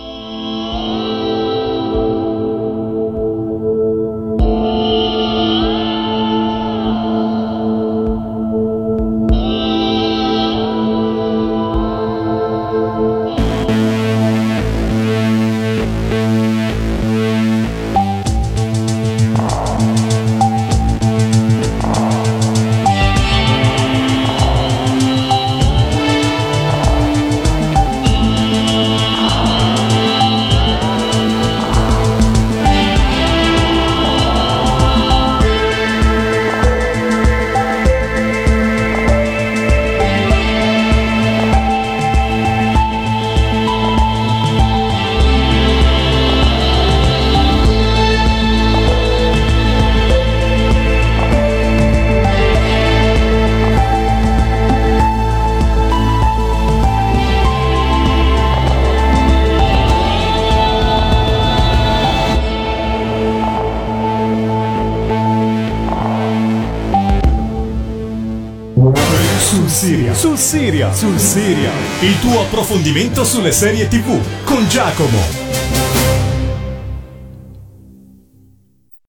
Speaker 1: Sul Serial, sul Serial, sul Serial, il tuo approfondimento sulle serie tivù con Giacomo.